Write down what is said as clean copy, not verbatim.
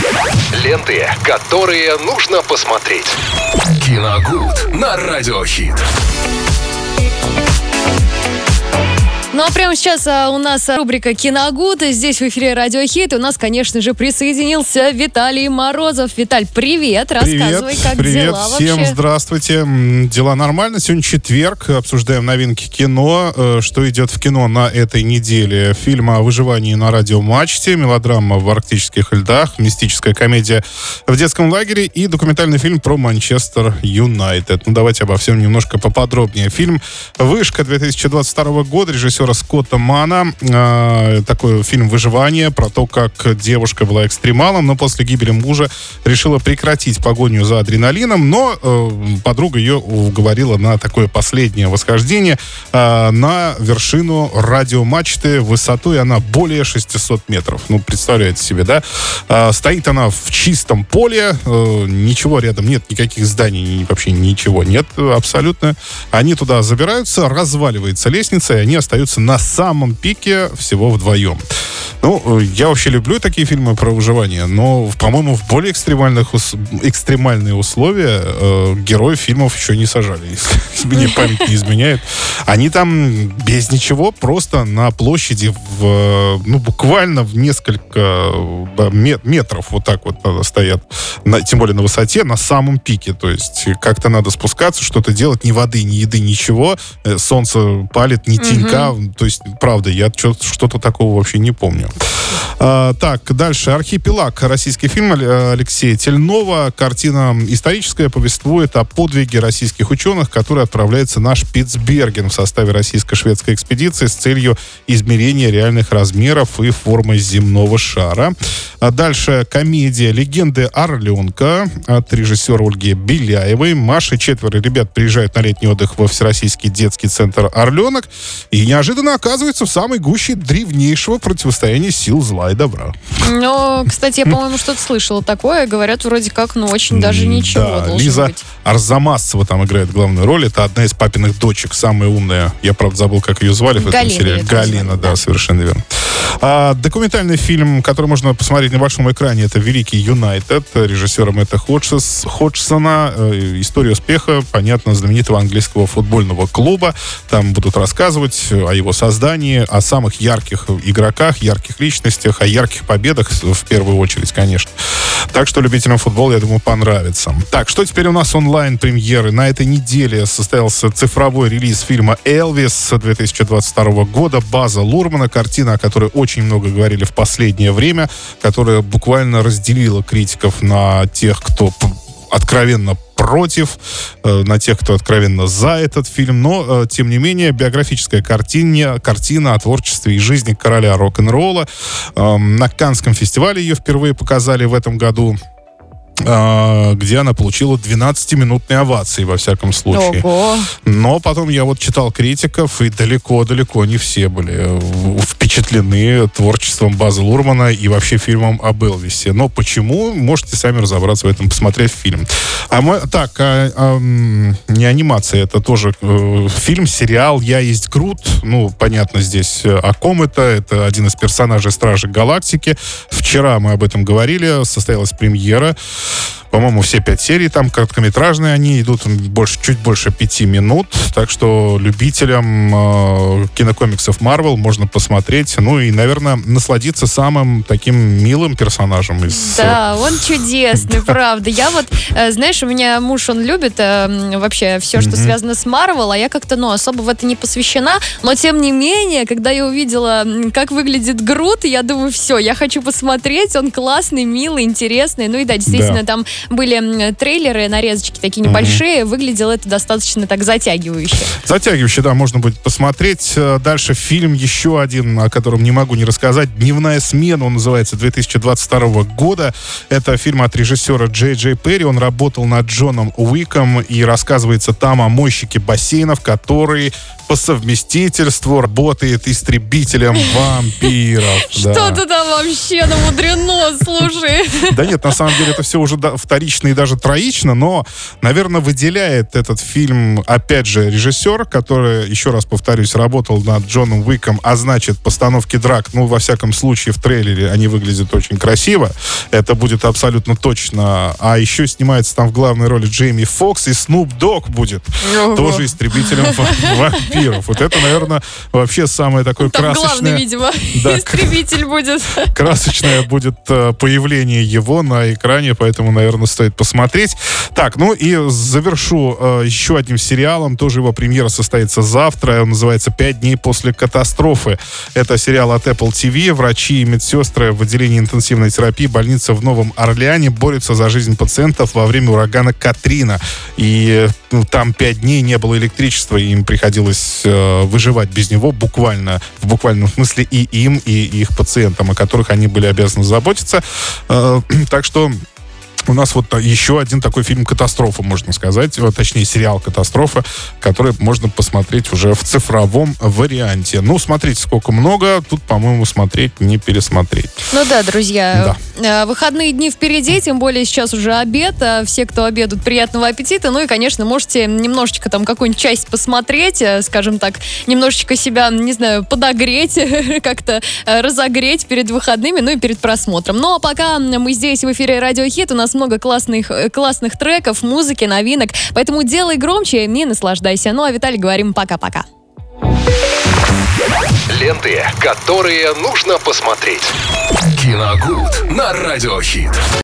Ленты, которые нужно посмотреть. Киногуд на Радиохит. Ну а прямо сейчас у нас рубрика «Киногуд». Здесь в эфире Радио Хит. И у нас, конечно же, присоединился Виталий Морозов. Виталь, привет. Рассказывай, как дела вообще. Всем здравствуйте. Дела нормально. Сегодня четверг. Обсуждаем новинки кино. Что идет в кино на этой неделе? Фильм о выживании на радиомачте, мелодрама в арктических льдах, мистическая комедия в детском лагере и документальный фильм про Манчестер Юнайтед. Ну, давайте обо всем немножко поподробнее. Фильм «Вышка» 2022 года, режиссера Скотта Мана. Такой фильм «Выживание», про то, как девушка была экстремалом, но после гибели мужа решила прекратить погоню за адреналином, но подруга ее уговорила на такое последнее восхождение на вершину радиомачты. Высотой она более 600 метров. Ну, представляете себе, да? Стоит она в чистом поле, ничего рядом нет, никаких зданий, вообще ничего нет абсолютно. Они туда забираются, разваливается лестница, и они остаются на самом пике всего вдвоем. Ну, я вообще люблю такие фильмы про выживание, но, по-моему, в более экстремальные условия героев фильмов еще не сажали, если мне память не изменяет. Они там без ничего, просто на площади, буквально в несколько метров вот так вот стоят, тем более на высоте, на самом пике. То есть как-то надо спускаться, что-то делать, ни воды, ни еды, ничего. Солнце палит, ни тенька. То есть, правда, я что-то такого вообще не помню. Так, дальше. «Архипелаг». Российский фильм Алексея Тельнова. Картина историческая, повествует о подвиге российских ученых, которые отправляются на Шпицберген в составе российско-шведской экспедиции с целью измерения реальных размеров и формы земного шара. Дальше комедия «Легенды Орленка» от режиссера Ольги Беляевой. Маша и 4 ребят приезжают на летний отдых во Всероссийский детский центр «Орленок» и неожиданно оказываются в самой гуще древнейшего противостояния сил зла и добра. Ну, кстати, я, по-моему, что-то слышала такое. Говорят, вроде как, очень даже ничего должно быть. Лиза Арзамасцева там играет главную роль. Это одна из папиных дочек, самая умная. Я, правда, забыл, как ее звали в этом сериале. Галина, да, совершенно верно. Документальный фильм, который можно посмотреть на большом экране, это «Великий Юнайтед» режиссера Мэтта Ходжсона. История успеха, понятно, знаменитого английского футбольного клуба. Там будут рассказывать о его создании, о самых ярких игроках, ярких личностях, о ярких победах, в первую очередь, конечно. Так что любителям футбола, я думаю, понравится. Так, что теперь у нас онлайн-премьеры? На этой неделе состоялся цифровой релиз фильма «Элвис» 2022 года База Лурмана. Картина, о которой очень много говорили в последнее время, которая буквально разделила критиков на тех, кто откровенно против, на тех, кто откровенно за этот фильм, но, тем не менее, биографическая картина о творчестве и жизни короля рок-н-ролла. На Каннском фестивале ее впервые показали в этом году, где она получила 12-минутные овации, во всяком случае. Ого. Но потом я читал критиков, и далеко-далеко не все были впечатлены творчеством База Лурмана и вообще фильмом об Элвисе. Но почему? Можете сами разобраться в этом, посмотрев фильм. Не анимация, это тоже фильм, сериал «Я есть Грут». Ну, понятно здесь о ком это. Это один из персонажей «Стражей Галактики». Вчера мы об этом говорили, состоялась премьера. По-моему, все 5 серий там короткометражные, они идут чуть больше 5 минут, так что любителям кинокомиксов Marvel можно посмотреть, ну и, наверное, насладиться самым таким милым персонажем из... Да, он чудесный, правда. Я знаешь, у меня муж, он любит вообще все, что связано с Marvel, а я как-то, особо в это не посвящена, но, тем не менее, когда я увидела, как выглядит Грут, я думаю, все, я хочу посмотреть, он классный, милый, интересный, ну и да, действительно, там были трейлеры, нарезочки такие небольшие, выглядело это достаточно так затягивающе. Затягивающе, да, можно будет посмотреть. Дальше фильм еще один, о котором не могу не рассказать. «Дневная смена», он называется, 2022 года. Это фильм от режиссера Джей Перри. Он работал над Джоном Уиком, и рассказывается там о мойщике бассейнов, который по совместительству работает истребителем вампиров. Что-то там вообще намудрено, слушай. Да нет, на самом деле это все уже вторично и даже троично, но, наверное, выделяет этот фильм, опять же, режиссер, который, еще раз повторюсь, работал над Джоном Уиком, а значит, постановки драк, ну, во всяком случае, в трейлере они выглядят очень красиво. Это будет абсолютно точно. А еще снимается там в главной роли Джейми Фокс, и Снуп Дог будет тоже истребителем вампиров. Вот это, наверное, вообще самое такое там красочное... главный, видимо, истребитель будет. Красочное будет появление его на экране, поэтому, наверное, стоит посмотреть. Так, ну и завершу еще одним сериалом. Тоже его премьера состоится завтра. Он называется «5 дней после катастрофы». Это сериал от Apple TV. Врачи и медсестры в отделении интенсивной терапии больницы в Новом Орлеане борются за жизнь пациентов во время урагана Катрина. И там 5 дней не было электричества, и им приходилось выживать без него буквально, в буквальном смысле, и им, и их пациентам, о которых они были обязаны заботиться. Так что у нас вот еще один такой фильм «Катастрофа», можно сказать, точнее, сериал «Катастрофа», который можно посмотреть уже в цифровом варианте. Ну, смотрите, сколько много, тут, по-моему, смотреть, не пересмотреть. Ну да, друзья, выходные дни впереди, тем более сейчас уже обед, все, кто обедают, приятного аппетита, ну и, конечно, можете немножечко там какую-нибудь часть посмотреть, скажем так, немножечко себя, не знаю, подогреть, как-то разогреть перед выходными, ну и перед просмотром. Ну а пока мы здесь в эфире Радио Хит, у нас много классных треков, музыки, новинок. Поэтому делай громче и наслаждайся. Ну а Виталий, говорим пока-пока. Ленты, которые нужно посмотреть. Киногуд на Радио Хит.